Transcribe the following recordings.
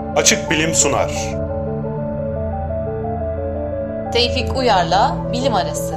Açık Bilim sunar. Tevfik Uyar'la Bilim Arası.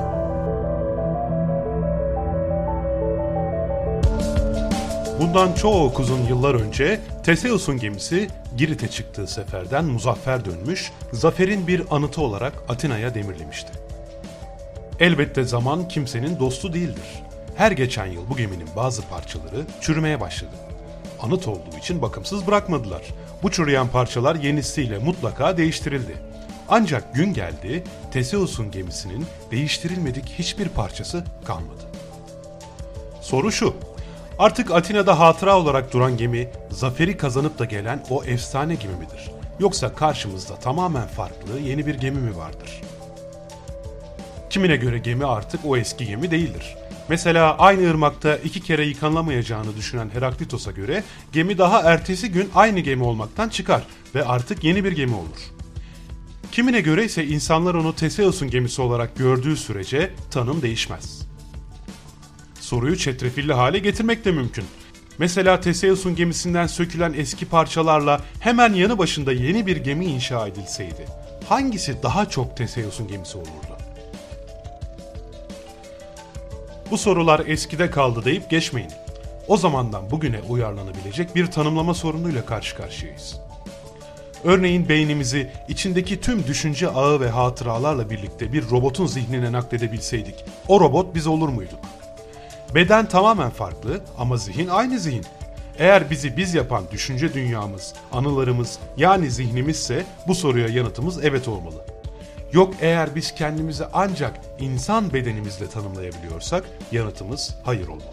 Bundan çok uzun yıllar önce Teseus'un gemisi Girit'e çıktığı seferden muzaffer dönmüş, zaferin bir anıtı olarak Atina'ya demirlemişti. Elbette zaman kimsenin dostu değildir. Her geçen yıl bu geminin bazı parçaları çürümeye başladı. Anıt olduğu için bakımsız bırakmadılar. Bu çürüyen parçalar yenisiyle mutlaka değiştirildi. Ancak gün geldi, Teseus'un gemisinin değiştirilmedik hiçbir parçası kalmadı. Soru şu: artık Atina'da hatıra olarak duran gemi, zaferi kazanıp da gelen o efsane gemi midir? Yoksa karşımızda tamamen farklı yeni bir gemi mi vardır? Kimine göre gemi artık o eski gemi değildir. Mesela aynı ırmakta 2 kere yıkanılamayacağını düşünen Heraklitos'a göre gemi daha ertesi gün aynı gemi olmaktan çıkar ve artık yeni bir gemi olur. Kimine göre ise insanlar onu Teseus'un gemisi olarak gördüğü sürece tanım değişmez. Soruyu çetrefilli hale getirmek de mümkün. Mesela Teseus'un gemisinden sökülen eski parçalarla hemen yanı başında yeni bir gemi inşa edilseydi, hangisi daha çok Teseus'un gemisi olurdu? Bu sorular eskide kaldı deyip geçmeyin. O zamandan bugüne uyarlanabilecek bir tanımlama sorunuyla karşı karşıyayız. Örneğin beynimizi içindeki tüm düşünce ağı ve hatıralarla birlikte bir robotun zihnine nakledebilseydik, o robot biz olur muyduk? Beden tamamen farklı ama zihin aynı zihin. Eğer bizi biz yapan düşünce dünyamız, anılarımız yani zihnimizse bu soruya yanıtımız evet olmalı. Yok eğer biz kendimizi ancak insan bedenimizle tanımlayabiliyorsak yanıtımız hayır olmalı.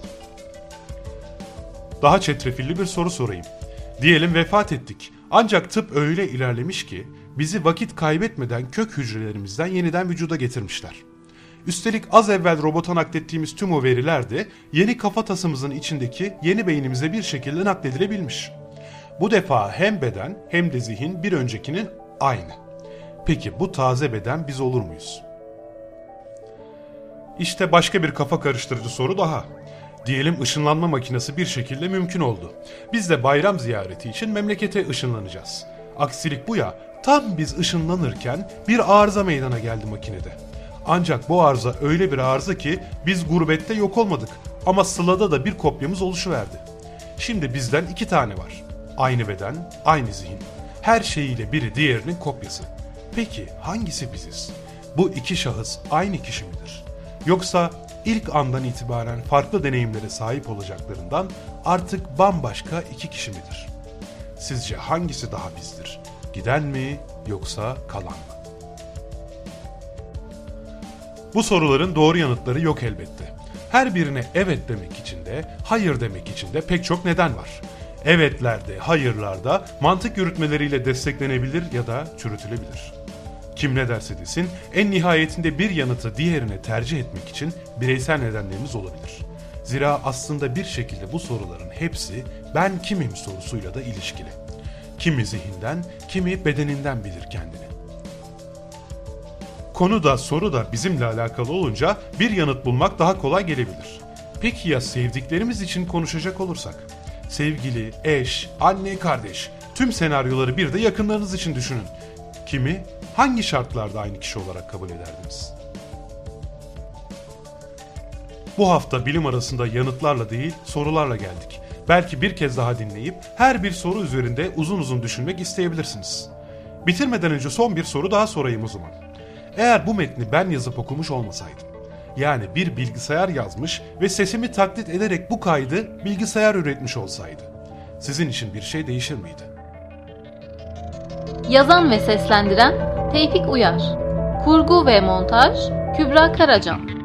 Daha çetrefilli bir soru sorayım. Diyelim vefat ettik. Ancak tıp öyle ilerlemiş ki bizi vakit kaybetmeden kök hücrelerimizden yeniden vücuda getirmişler. Üstelik az evvel robota naklettiğimiz tüm o veriler de yeni kafatasımızın içindeki yeni beynimize bir şekilde nakledilebilmiş. Bu defa hem beden hem de zihin bir öncekinin aynı. Peki bu taze beden biz olur muyuz? İşte başka bir kafa karıştırıcı soru daha. Diyelim ışınlanma makinesi bir şekilde mümkün oldu. Biz de bayram ziyareti için memlekete ışınlanacağız. Aksilik bu ya, tam biz ışınlanırken bir arıza meydana geldi makinede. Ancak bu arıza öyle bir arıza ki biz gurbette yok olmadık ama Sıla'da da bir kopyamız oluşuverdi. Şimdi bizden 2 tane var. Aynı beden, aynı zihin. Her şeyiyle biri diğerinin kopyası. Peki hangisi biziz? Bu 2 şahıs aynı kişi midir? Yoksa ilk andan itibaren farklı deneyimlere sahip olacaklarından artık bambaşka 2 kişi midir? Sizce hangisi daha bizdir? Giden mi yoksa kalan mı? Bu soruların doğru yanıtları yok elbette. Her birine evet demek için de hayır demek için de pek çok neden var. Evetlerde, hayırlarda mantık yürütmeleriyle desteklenebilir ya da çürütülebilir. Kim ne derse desin, en nihayetinde bir yanıtı diğerine tercih etmek için bireysel nedenlerimiz olabilir. Zira aslında bir şekilde bu soruların hepsi ben kimim sorusuyla da ilişkili. Kimi zihinden, kimi bedeninden bilir kendini. Konu da soru da bizimle alakalı olunca bir yanıt bulmak daha kolay gelebilir. Peki ya sevdiklerimiz için konuşacak olursak? Sevgili, eş, anne, kardeş, tüm senaryoları bir de yakınlarınız için düşünün. Kimi, hangi şartlarda aynı kişi olarak kabul ederdiniz? Bu hafta bilim arasında yanıtlarla değil, sorularla geldik. Belki bir kez daha dinleyip her bir soru üzerinde uzun uzun düşünmek isteyebilirsiniz. Bitirmeden önce son bir soru daha sorayım o zaman. Eğer bu metni ben yazıp okumuş olmasaydım, yani bir bilgisayar yazmış ve sesimi taklit ederek bu kaydı bilgisayar üretmiş olsaydı, sizin için bir şey değişir miydi? Yazan ve seslendiren Tevfik Uyar. Kurgu ve montaj Kübra Karacan.